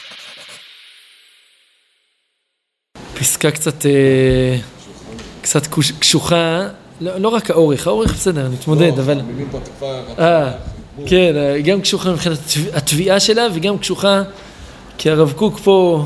פסקה קצת קשוחה, לא רק האורך בסדר, נתמודד, אבל... כן, גם קשוחה מבחינת התביעה שלה, וגם קשוחה, כי הרב קוק פה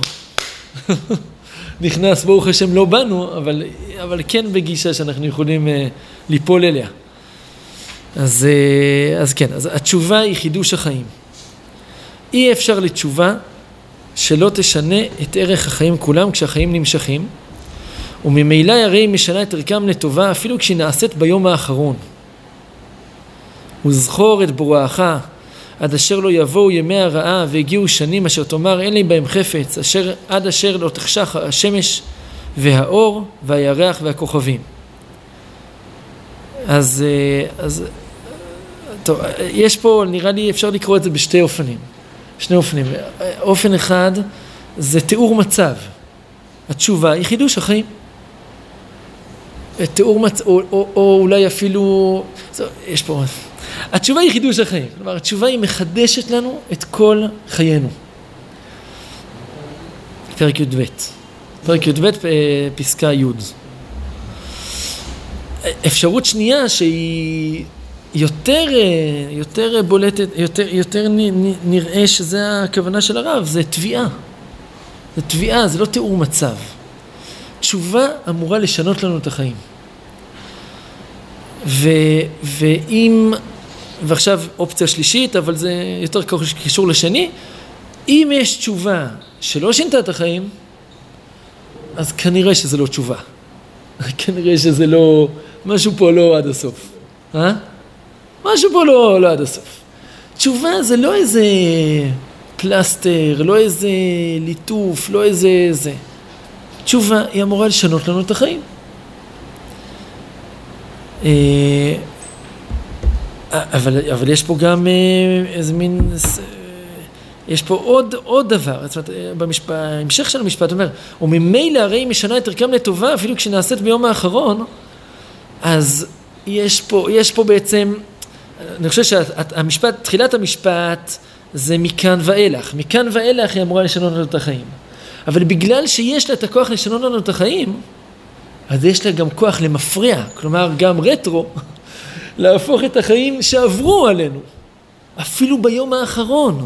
נכנס, ברוך השם לא בנו, אבל כן בגישה שאנחנו יכולים ליפול אליה. אז כן, אז התשובה היא חידוש החיים. אי אפשר לתשובה שלא תשנה את ערך החיים כולם כשהחיים נמשכים, וממילא הרי היא משנה את ערכם לטובה אפילו כשהיא נעשית ביום האחרון. וזכור את בוראך עד אשר לא יבואו ימי הרעה והגיעו שנים אשר תאמר אין לי בהם חפץ, עד אשר לא תחשך השמש והאור והירח והכוכבים. אז טוב, יש פה, נראה לי אפשר לקרוא את זה בשני אופנים. אופן אחד זה תיאור מצב. התשובה היא חידוש החיים. תיאור מצב, או אולי אפילו, יש פה, התשובה היא חידוש החיים. כלומר, התשובה היא מחדשת לנו את כל חיינו. פרק י"ב. פרק י"ב פסקה י'. אפשרות שנייה שהיא יותר בולטת, יותר נראה שזה הכוונה של הרב, זה תביעה. זה תביעה, זה לא תיאור מצב. תשובה אמורה לשנות לנו את החיים. ועכשיו אופציה שלישית, אבל זה יותר קשור לשני, אם יש תשובה שלא שינתה את החיים, אז כנראה שזה לא תשובה. כנראה שזה לא, משהו פה לא עד הסוף. משהו פה לא עד הסוף. תשובה זה לא איזה פלסטר, לא איזה ליטוף, לא איזה זה. תשובה היא אמורה לשנות לנו את החיים. אבל יש פה גם איזה מין, יש פה עוד דבר. זאת אומרת, בהמשך של המשפט אומר, וממילא הרי היא משנה את ערכם לטובה אפילו כשנעשית ביום האחרון, אז יש פה בעצם, אני חושב שהמשפט, תחילת המשפט זה מכאן ואילך. מכאן ואילך היא אמורה לשנות לנו את החיים. אבל בגלל שיש לה את הכוח לשנות לנו את החיים, אז יש לה גם כוח למפריע, כלומר גם רטרו, להפוך את החיים שעברו עלינו, אפילו ביום האחרון.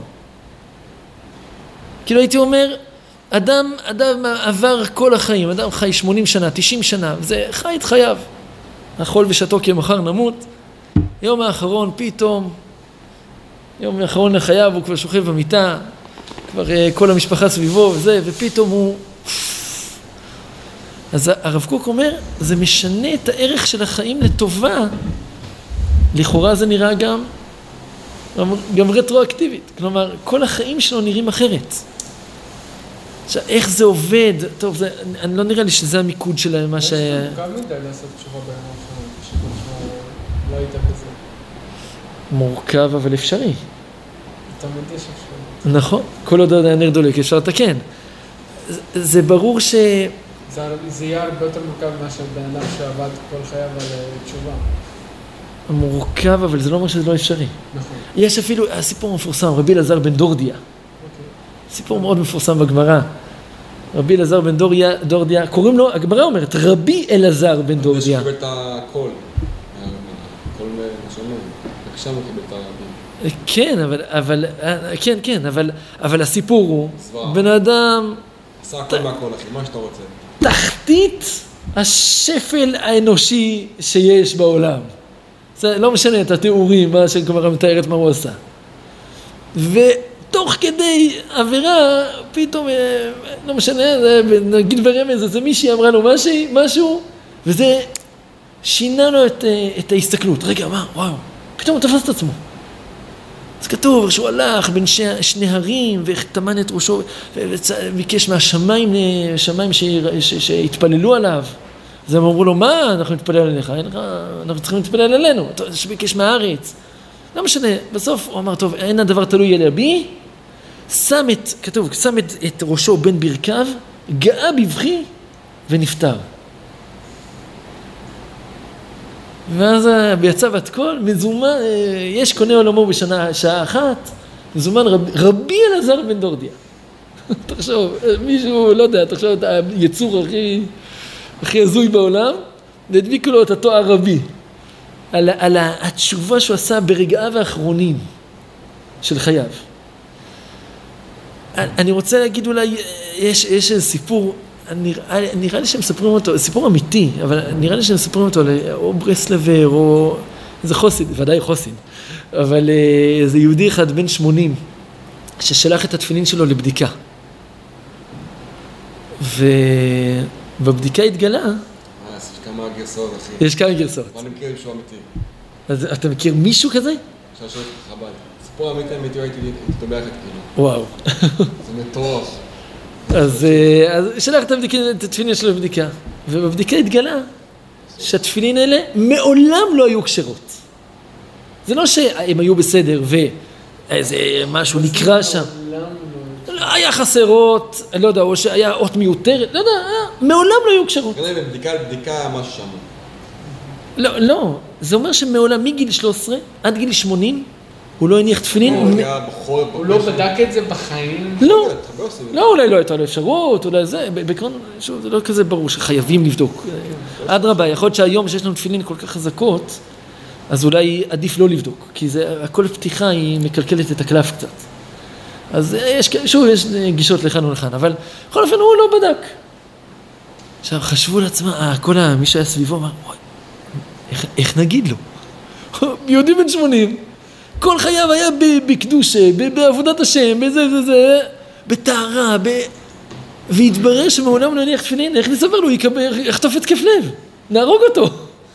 כאילו הייתי אומר, אדם עבר כל החיים, אדם חי 80 שנה, 90 שנה, וזה חי את חייו. אכול ושתו כי מחר נמות. יום האחרון פתאום, יום האחרון לחייו הוא כבר שוכב במיטה, כבר כל המשפחה סביבו וזה, ופתאום הוא... אז הרב קוק אומר, זה משנה את הערך של החיים לטובה. לכאורה זה נראה גם רטרואקטיבית. כלומר, כל החיים שלו נראים אחרת. עכשיו, איך זה עובד? טוב, אני לא נראה לי שזה המיקוד של מה ש... זה מורכב מדי לעשות תשובה ביום האחרון, שלא היית בזה. מורכב, אבל אפשרי. תמיד יש אפשרות. נכון, כל עוד היה נר דולק, אפשר לתקן. זה ברור ש... זה יהיה הרבה יותר מורכב מאשר בן אדם שעבד כל חייו על תשובה. מורכב, אבל זה לא אומר שזה לא אפשרי. נכון. יש אפילו, הסיפור מפורסם, רבי אלעזר בן דורדיה. סיפור מאוד מפורסם בגמרא. רבי אלעזר בן דורדיה, קוראים לו, הגמרא אומרת, רבי אלעזר בן דורדיה. זה שקיבל את הקול. הקול משלם. בבקשה הוא קיבל את הרבים. כן, אבל הסיפור הוא, בן אדם... עשה הכל מהכל, אחי, מה שאתה רוצה. תחתית השפל האנושי שיש בעולם. זה לא משנה את התיאורים, מה שכבר מתארת מה הוא עשה. ותוך כדי עבירה, פתאום, לא משנה, נגיד ברמז, זה מישהי אמרה לו משהו, וזה שינה לו את ההסתכלות. רגע, מה? וואו, פתאום הוא תפס את עצמו. אז כתוב שהוא הלך בין שני הרים והחתמן את ראשו וביקש מהשמיים שהתפללו עליו. אז הם אמרו לו, מה? אנחנו נתפלל עליך, אנחנו צריכים להתפלל עלינו. שביקש מהארץ. לא משנה, בסוף הוא אמר, טוב, אין הדבר תלוי על בי, שם את ראשו בין ברכיו, גאה בבכי ונפטר. ואז ביצע בת כל, מזומן, יש קונה עולמו שעה אחת, מזומן רבי אלעזר בן דורדיה. תחשוב, מישהו, לא יודע, תחשוב את היצור הכי הזוי בעולם, והדביקו לו את התואר רבי, על התשובה שהוא עשה ברגעיו האחרונים של חייו. אני רוצה להגיד אולי, יש איזה סיפור, נראה לי שהם מספרים אותו, סיפור אמיתי, אבל נראה לי שהם מספרים אותו או ברסלבר, או איזה חוסין, ודאי חוסין, אבל איזה יהודי אחד בן 80, ששלח את התפילין שלו לבדיקה. ובבדיקה התגלה... יש כמה גרסאות, אחי. יש כמה גרסאות. אבל אני מכיר מישהו אמיתי. אז אתה מכיר מישהו כזה? אפשר לשאול לך חב"ד. סיפור אמיתי הייתי איתו ביחד כאילו. וואו. זה מטורף. אז שלח את התפילין שלו לבדיקה. ובבדיקה התגלה שהתפילין האלה מעולם לא היו כשרות. זה לא שהם היו בסדר ואיזה משהו נקרא שם. היה חסרות, אני לא יודע, או שהיה אות מיותרת, לא יודע, מעולם לא היו כשרות. כנראה בבדיקה משהו שם. לא, זה אומר שמעולם מגיל 13 עד גיל 80 הוא לא הניח תפילין. הוא לא בדק את זה בחיים? לא, אולי לא הייתה לו אפשרות, אולי זה, בעקרון, שוב, זה לא כזה ברור שחייבים לבדוק. אדרבה, יכול להיות שהיום שיש לנו תפילין כל כך חזקות, אז אולי עדיף לא לבדוק, כי הכל פתיחה היא מקלקלת את הקלף קצת. אז שוב, יש גישות לכאן ולכאן, אבל בכל אופן הוא לא בדק. עכשיו, חשבו לעצמה, מי שהיה סביבו אמר, איך נגיד לו? יהודי בן 80, כל חייו היה בקדושה, בעבודת השם, בזה, בטהרה, והתברר שמעולם לא הניח תפילין, איך נסבר לו, יחטוף התקף לב, נהרוג אותו.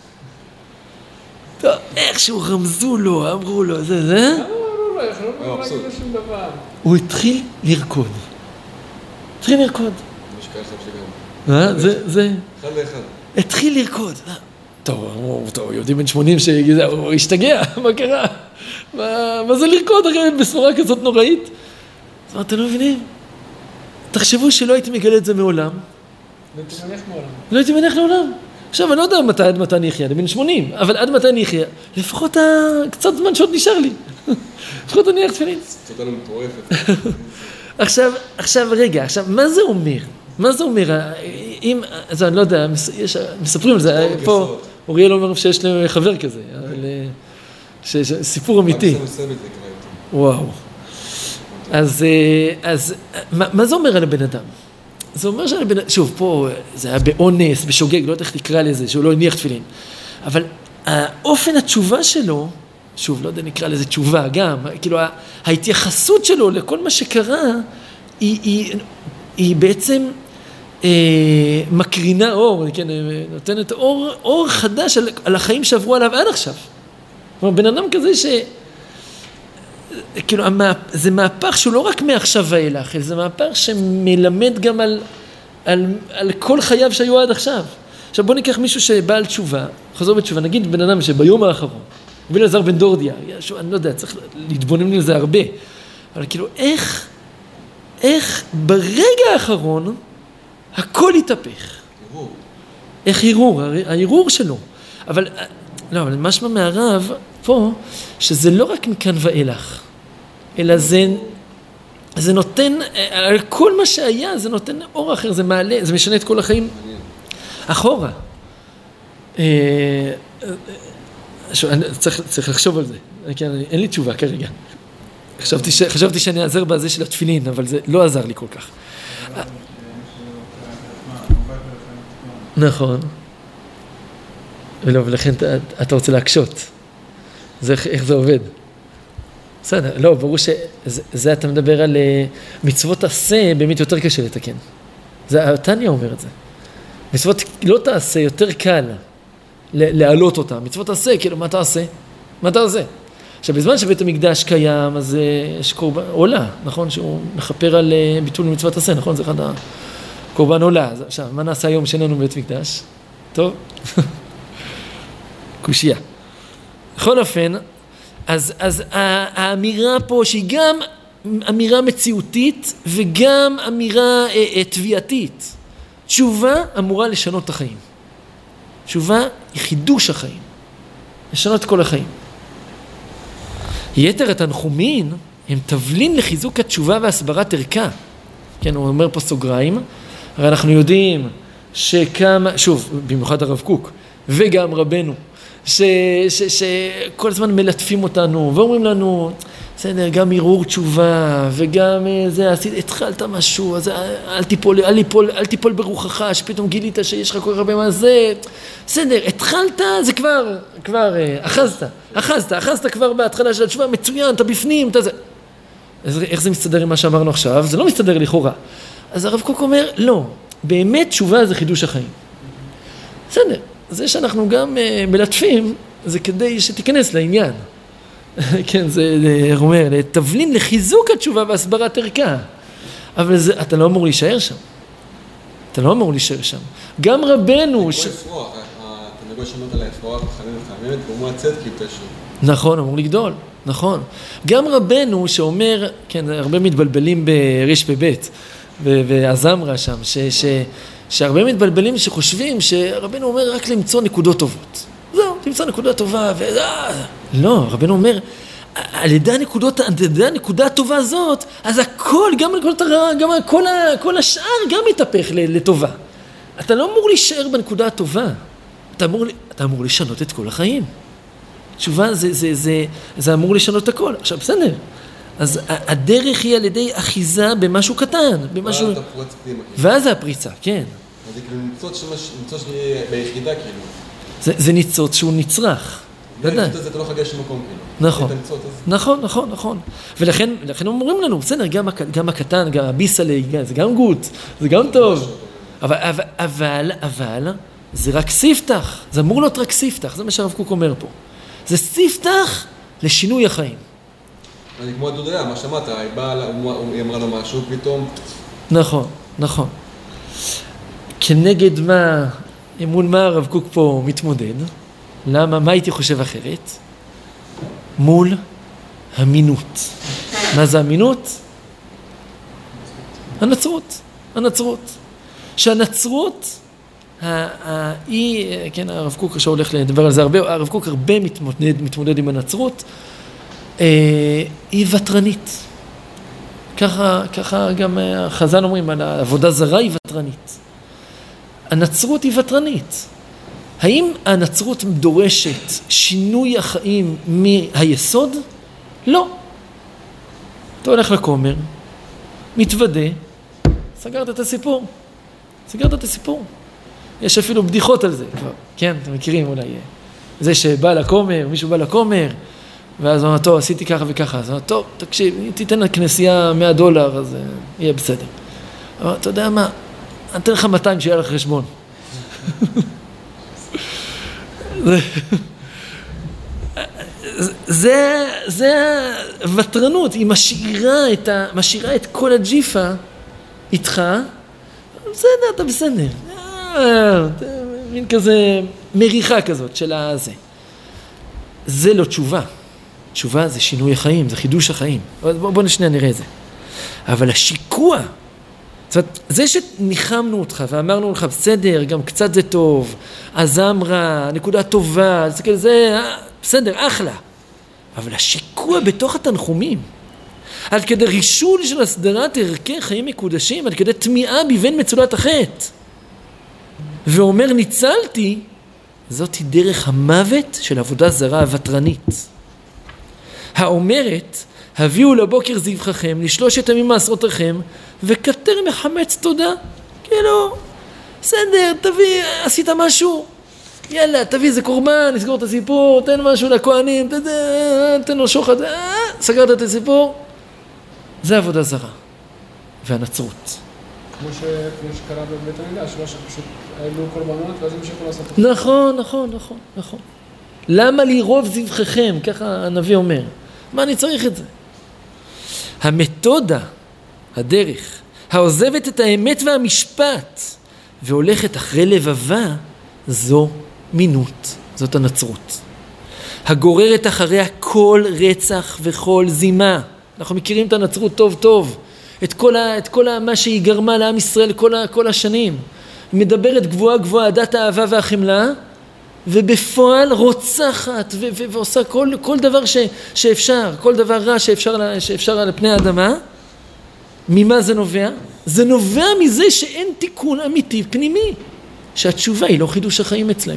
טוב, איכשהו רמזו לו, אמרו לו, זה. לא להגיד לו שום דבר. הוא התחיל לרקוד. יש כאלה שגם. זה. אחד לאחד. התחיל לרקוד. טוב, יהודי בן 80 שהוא השתגע, מה קרה? מה זה לרקוד אחרי בשורה כזאת נוראית? אז מה, אתם לא מבינים? תחשבו שלא הייתי מגלה את זה מעולם. לא הייתי מניח לעולם. עכשיו, אני לא יודע עד מתי אני אחיה, אני בן 80, אבל עד מתי אני אחיה? לפחות קצת זמן שעוד נשאר לי. לפחות אני אניח תפילין. קצת אני מטורפת. עכשיו, רגע, מה זה אומר? מה זה אומר? אז אני לא יודע, מספרים על זה, פה אוריאל אומר שיש לי חבר כזה, סיפור אמיתי. וואו. אז מה זה אומר על הבן אדם? זה אומר שעל הבן אדם, שוב, פה זה היה באונס, בשוגג, לא יודע איך תקרא לזה, שהוא לא הניח תפילין. אבל האופן התשובה שלו, שוב, לא יודע, נקרא לזה תשובה גם, כאילו ההתייחסות שלו לכל מה שקרה, היא בעצם מקרינה אור, כן, נותנת אור חדש על החיים שעברו עליו עד עכשיו. זאת אומרת, בן אדם כזה כאילו, זה מהפך שהוא לא רק מעכשיו ואילך, אלא זה מהפך שמלמד גם על כל חייו שהיו עד עכשיו. עכשיו בוא ניקח מישהו שבא על תשובה, חזור בתשובה, נגיד בן אדם שביום האחרון, רבי אלעזר בן דורדיה, אני לא יודע, צריך להתבונן על זה הרבה, אבל כאילו איך ברגע האחרון הכל התהפך. איך הערעור שלו. אבל משמע מהרב פה, שזה לא רק מכאן ואילך, אלא זה נותן, על כל מה שהיה, זה נותן אור אחר, זה מעלה, זה משנה את כל החיים אחורה. צריך לחשוב על זה, אין לי תשובה כרגע. חשבתי שאני אעזר בזה של התפילין, אבל זה לא עזר לי כל כך. נכון. ולכן אתה רוצה להקשות. איך זה עובד? בסדר, לא, ברור שזה אתה מדבר על מצוות עשה, באמת יותר קשה לתקן. זה, תניה אומר את זה. מצוות לא תעשה, יותר קל להעלות אותה. מצוות עשה, כאילו, מה תעשה? מה תעשה? עכשיו, בזמן שבית המקדש קיים, אז יש קורבן, עולה, נכון? שהוא מחפר על ביטול מצוות עשה, נכון? זה אחד הקורבן עולה. עכשיו, מה נעשה היום שאין לנו בית מקדש? טוב? קושיה. בכל אופן, אז האמירה פה שהיא גם אמירה מציאותית וגם אמירה תביעתית. תשובה אמורה לשנות את החיים. תשובה היא חידוש החיים. לשנות את כל החיים. יתר התנחומין הם תבלין לחיזוק התשובה והסברת ערכה. כן, הוא אומר פה סוגריים, הרי אנחנו יודעים שכמה, שוב, במיוחד הרב קוק, וגם רבנו, שכל הזמן מלטפים אותנו, ואומרים לנו, בסדר, גם ערעור תשובה, וגם זה, התחלת משהו, אז אל תיפול ברוחך, שפתאום גילית שיש לך כל הרבה מה זה, בסדר, התחלת, זה כבר, אחזת כבר בהתחלה של התשובה, מצוין, אתה בפנים, אתה זה. אז איך זה מסתדר עם מה שאמרנו עכשיו? זה לא מסתדר לכאורה. אז הרב קוק אומר, לא, באמת תשובה זה חידוש החיים. בסדר, זה שאנחנו גם מלטפים, זה כדי שתיכנס לעניין. כן, זה אומר, תבלין לחיזוק התשובה והסברת ערכה. אבל זה, אתה לא אמור להישאר שם. גם רבנו... התנגוע שמות על האפרוח בחנן וחממת, ואומרו הצד כי פשו. נכון, אמור לגדול, נכון. גם רבנו שאומר, כן, הרבה מתבלבלים בריש בבית, והזמרה שם, שהרבה מתבלבלים שחושבים שרבנו אומר רק למצוא נקודות טובות. זהו, תמצא נקודה טובה, לא, רבנו אומר, על ידי הנקודה הטובה הזאת, אז הכל, גם נקודת הרע, גם כל השאר גם מתהפך לטובה. אתה לא אמור להישאר בנקודה הטובה, אתה אמור לשנות את כל החיים. תשובה, זה אמור לשנות הכל. עכשיו, בסדר. אז הדרך היא על ידי אחיזה במשהו קטן, במשהו... ואז אתה פורץ פנימה. ואז זה הפריצה, כן. אז זה כאילו ניצוץ ביחידה, כאילו. זה ניצוץ שהוא נצרך. הניצוץ הזה אתה לא חגש מקום, כאילו. נכון. ולכן אומרים לנו, בסדר, גם הקטן, גם הביסלי, זה גם גוט, זה גם טוב. אבל, זה רק ספתח. זה אמור להיות רק ספתח, זה מה שהרב קוק אומר פה. זה ספתח לשינוי החיים. אני כמו הדודיה, מה שמעת, היא אמרה לו משהו, פתאום... נכון. כנגד מה, מול מה הרב קוק פה מתמודד? למה, מה הייתי חושב אחרת? מול המינות. מה זה המינות? הנצרות. שהנצרות, כן, הרב קוק שהולך לדבר על זה הרבה, הרב קוק הרבה מתמודד עם הנצרות, היא וטרנית. ככה גם החז"ל אומרים, על העבודה זרה היא וטרנית. הנצרות היא וטרנית. האם הנצרות דורשת שינוי החיים מהיסוד? לא. אתה הולך לכומר, מתוודה, סגרת את הסיפור. יש אפילו בדיחות על זה כבר, כן, אתם מכירים אולי. זה שבא לכומר, מישהו בא לכומר, ואז אמר, טוב, עשיתי ככה וככה, אז אמר, טוב, תקשיב, תיתן לכנסייה $100, אז יהיה בסדר. אבל אתה יודע מה, אני אתן לך 200 שיהיה לך חשבון. זה הוטרנות, היא משאירה את כל הג'יפה איתך, בסדר, אתה בסדר. מין כזה מריחה כזאת של הזה. זה לא תשובה. תשובה זה שינוי החיים, זה חידוש החיים. בוא נשניה נראה את זה. אבל השיקוע, זאת אומרת, זה שניחמנו אותך ואמרנו לך, בסדר, גם קצת זה טוב, הזמרה, נקודה טובה, זה בסדר, אחלה. אבל השיקוע בתוך התנחומים, עד כדי רישול של הסדרת ערכי חיים מקודשים, עד כדי תמיעה בבין מצולת החטא, ואומר ניצלתי, זאת היא דרך המוות של עבודה זרה הוטרנית. האומרת, הביאו לבוקר זבחכם, לשלושת ימים מעשרותיכם, וכתר מחמץ תודה. כאילו, בסדר, תביא, עשית משהו, יאללה, תביא איזה קורבן, נסגור את הסיפור, תן משהו לכהנים, תן לו שוחד, סגרת את הסיפור. זה עבודה זרה. והנצרות. כמו שקרה בבית המקדש, לא שפשוט העלו קורבנות, ואז המשיכו לעשות את זה. נכון. למה לירוב זבחכם? ככה הנביא אומר. מה אני צריך את זה? המתודה, הדרך, העוזבת את האמת והמשפט, והולכת אחרי לבבה, זו מינות, זאת הנצרות. הגוררת אחריה כל רצח וכל זימה. אנחנו מכירים את הנצרות טוב טוב. את כל מה שהיא גרמה לעם ישראל כל השנים. היא מדברת גבוהה, דת האהבה והחמלה, ובפועל רוצחת ועושה כל דבר שאפשר, כל דבר רע שאפשר על פני האדמה. ממה זה נובע? זה נובע מזה שאין תיקון אמיתי פנימי, שהתשובה היא לא חידוש החיים אצלהם.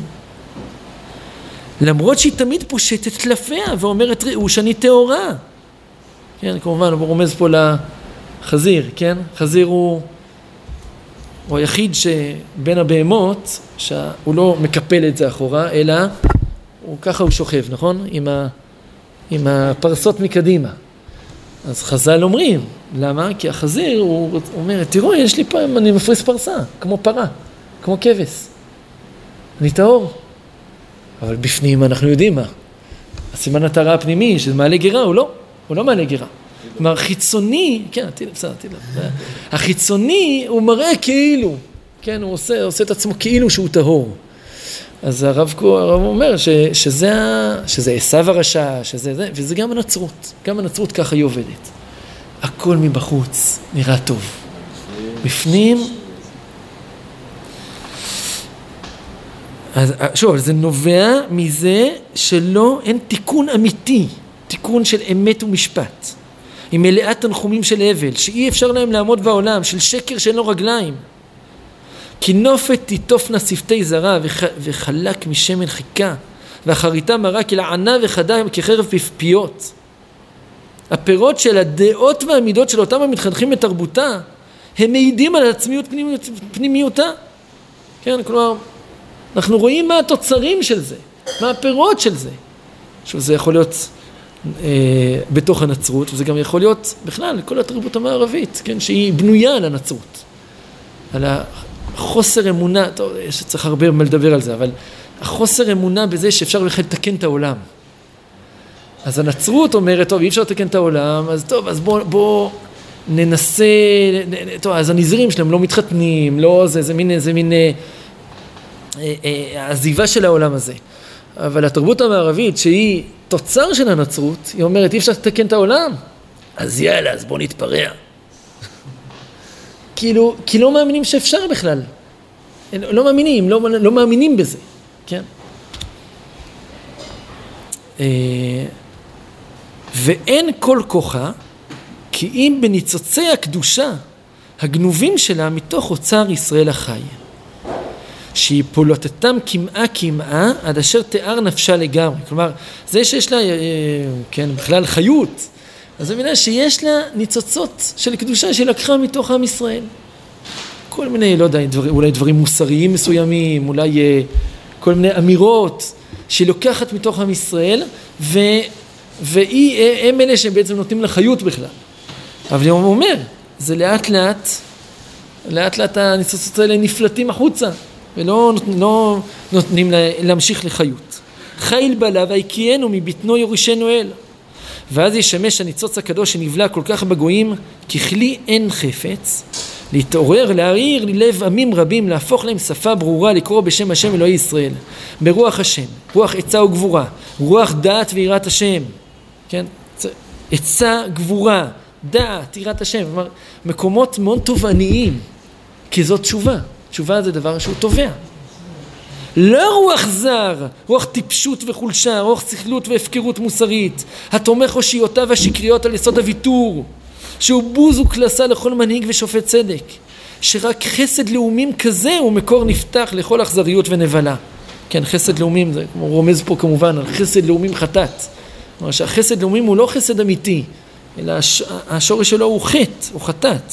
למרות שהיא תמיד פושטת תלפיה ואומרת, ראו שאני טהורה. כן, כמובן, הוא רומז פה לחזיר, כן? חזיר הוא היחיד שבין הבהמות, שהוא לא מקפל את זה אחורה, אלא ככה הוא שוכב, נכון? עם הפרסות מקדימה. אז חז"ל אומרים, למה? כי החזיר, הוא אומר, תראו, יש לי פעם, אני מפריס פרסה, כמו פרה, כמו כבש. אני טהור. אבל בפנים אנחנו יודעים מה. הסימן הטהרה הפנימי, שזה מעלה גירה, הוא לא מעלה גירה. כלומר, חיצוני, כן, בסדר. החיצוני הוא מראה כאילו, כן, הוא עושה את עצמו כאילו שהוא טהור. אז הרב אומר שזה עשיו הרשע, וזה גם הנצרות. גם הנצרות ככה היא עובדת. הכל מבחוץ נראה טוב. בפנים, אז שוב, זה נובע מזה אין תיקון אמיתי, תיקון של אמת ומשפט. היא מלאת תנחומים של הבל, שאי אפשר להם לעמוד בעולם, של שקר שאין לו רגליים. כי נופת תיטופנה שפתי זרה וחלק משמן חיכה, והחריטה מרה כלענה וחדה כחרב פיות. הפירות של הדעות והמידות של אותם המתחנכים בתרבותה, הם מעידים על עצמיות פנימיותה. כן, כלומר, אנחנו רואים מה התוצרים של זה, מה הפירות של זה. עכשיו, זה יכול להיות בתוך הנצרות, וזה גם יכול להיות בכלל לכל התרבות המערבית, כן, שהיא בנויה על הנצרות. על החוסר אמונה, טוב, צריך הרבה מה לדבר על זה, אבל החוסר אמונה בזה שאפשר בכלל לתקן את העולם. אז הנצרות אומרת, טוב, אי אפשר לתקן את העולם, אז טוב, אז בוא ננסה, טוב, אז הנזירים שלהם לא מתחתנים, לא, זה מין העזיבה של העולם הזה. אבל התרבות המערבית, שהיא תוצר של הנצרות, היא אומרת, אי אפשר לתקן את העולם, אז יאללה, אז בוא נתפרע. כי לא מאמינים שאפשר בכלל. לא מאמינים בזה, כן? ואין כל כוחה, כי אם בניצוצי הקדושה, הגנובים שלה מתוך אוצר ישראל החי. שהיא פולטתם כמעה עד אשר תיאר נפשה לגמרי. כלומר, זה שיש לה, כן, בכלל חיות, אז זה מבינה שיש לה ניצוצות של קדושה שלקחה מתוך עם ישראל. כל מיני, לא יודע, אולי דברים מוסריים מסוימים, אולי כל מיני אמירות שהיא לוקחת מתוך עם ישראל, הם אלה שבעצם נותנים לה חיות בכלל. אבל הוא אומר, זה לאט לאט הניצוצות האלה נפלטים החוצה. ולא נותנים להמשיך לחיות. חיל בלה ויקיינו מבטנו יורישנו אל. ואז ישמש הניצוץ הקדוש שנבלע כל כך בגויים, ככלי אין חפץ, להתעורר, להעיר ללב עמים רבים, להפוך להם שפה ברורה, לקרוא בשם השם אלוהי ישראל, ברוח השם, רוח עצה וגבורה, רוח דעת ויראת השם, כן? עצה, גבורה, דעת, יראת השם, כלומר, מקומות מאוד תובעניים, כי זאת תשובה. תשובה זה דבר שהוא תובע. לא רוח זר, רוח טיפשות וחולשה, רוח שכלות והפקרות מוסרית, התומך אושיותיו השקריות על יסוד הוויתור, שהוא בוז וקלסה לכל מנהיג ושופט צדק, שרק חסד לאומים כזה הוא מקור נפתח לכל אכזריות ונבלה. כן, חסד לאומים, זה רומז פה כמובן על חסד לאומים חטאת. כלומר שהחסד לאומים הוא לא חסד אמיתי, אלא השורש שלו הוא חטא, הוא חטאת.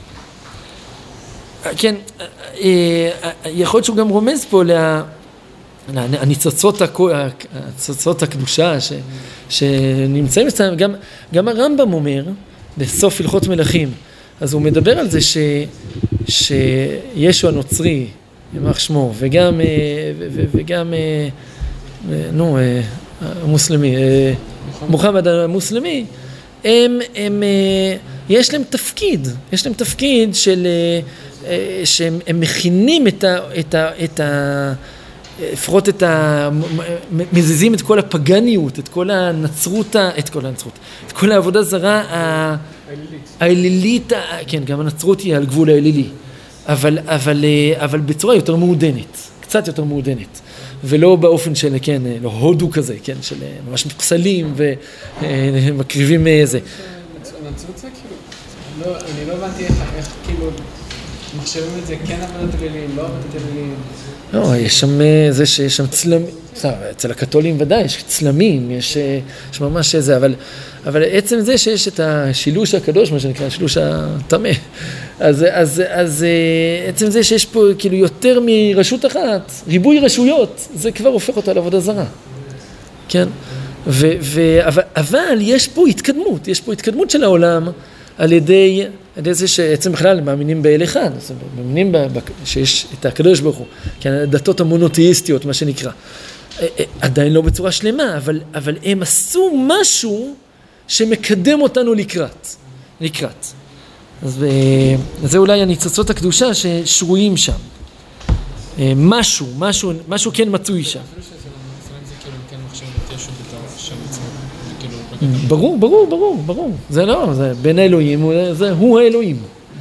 כן, יכול להיות שהוא גם רומז פה הניצוצות הקדושה שנמצאים אצלם. גם הרמב"ם אומר, בסוף הלכות מלכים, אז הוא מדבר על זה שישו הנוצרי, ימח שמו, וגם המוסלמי, מוחמד המוסלמי, יש להם תפקיד של שהם מכינים לפחות מזיזים את כל הפגניות, את כל העבודה זרה האלילית, כן, גם הנצרות היא על גבול האלילי, אבל בצורה יותר מעודנת, קצת יותר מעודנת, ולא באופן של, כן, לא הודו כזה, כן, של ממש פסלים ומקריבים איזה. הנצרות זה כאילו, אני לא הבנתי איך כאילו מחשבים את זה, כן עבודת אלילים, לא עבודת אלילים. לא, יש שם זה שיש שם צלמים, אצל הקתולים ודאי, יש צלמים, יש ממש זה, אבל עצם זה שיש את השילוש הקדוש, מה שנקרא, השילוש הטמא, אז עצם זה שיש פה כאילו יותר מרשות אחת, ריבוי רשויות, זה כבר הופך אותה לעבודה זרה, כן? אבל יש פה התקדמות של העולם, על ידי זה שעצם בכלל מאמינים באל אחד, מאמינים שיש את הקדוש ברוך הוא, כן, הדתות המונותאיסטיות, מה שנקרא. עדיין לא בצורה שלמה, אבל הם עשו משהו שמקדם אותנו לקראת. אז זה אולי הניצוצות הקדושה ששרויים שם. משהו כן מצוי שם. ברור. זה לא, זה בין האלוהים, הוא האלוהים.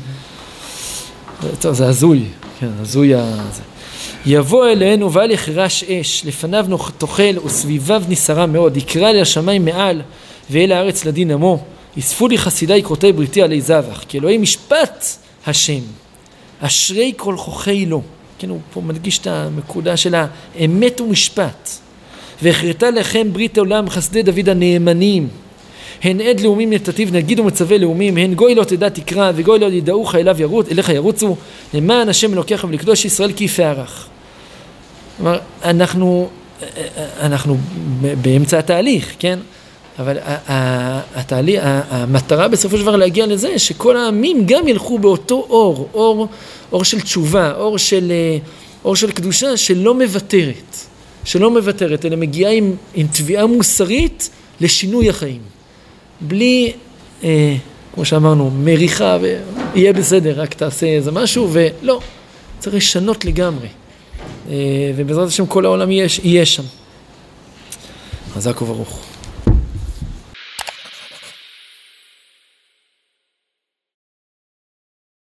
זה הזוי, כן, הזוי הזה. יבוא אלינו ואל יחרש אש, לפניו תאכל וסביביו נסרה מאוד, יקרא לי השמיים מעל ואל הארץ לדין עמו, יספו לי חסידי קרותי בריתי עלי זבח, כי אלוהים משפט השם, אשרי כל חוכי לו. כן, הוא פה מדגיש את הנקודה של האמת ומשפט. והחרתה לכם ברית העולם חסדי דוד הנאמנים, הן עד לאומים נתתיו נגיד ומצווה לאומים, הן גוי לא תדע תקרא וגוי לא ידעוך אליך ירוצו, למען השם אלוקיך ולקדוש ישראל כי יפארך. כלומר, אנחנו באמצע התהליך, כן? אבל המטרה בסופו של דבר להגיע לזה שכל העמים גם ילכו באותו אור של תשובה, אור של קדושה שלא מוותרת, אלא מגיעה עם תביעה מוסרית לשינוי החיים. בלי, כמו שאמרנו, מריחה ויהיה בסדר, רק תעשה איזה משהו, ולא, צריך לשנות לגמרי. ובעזרת השם כל העולם יהיה שם. חזק וברוך.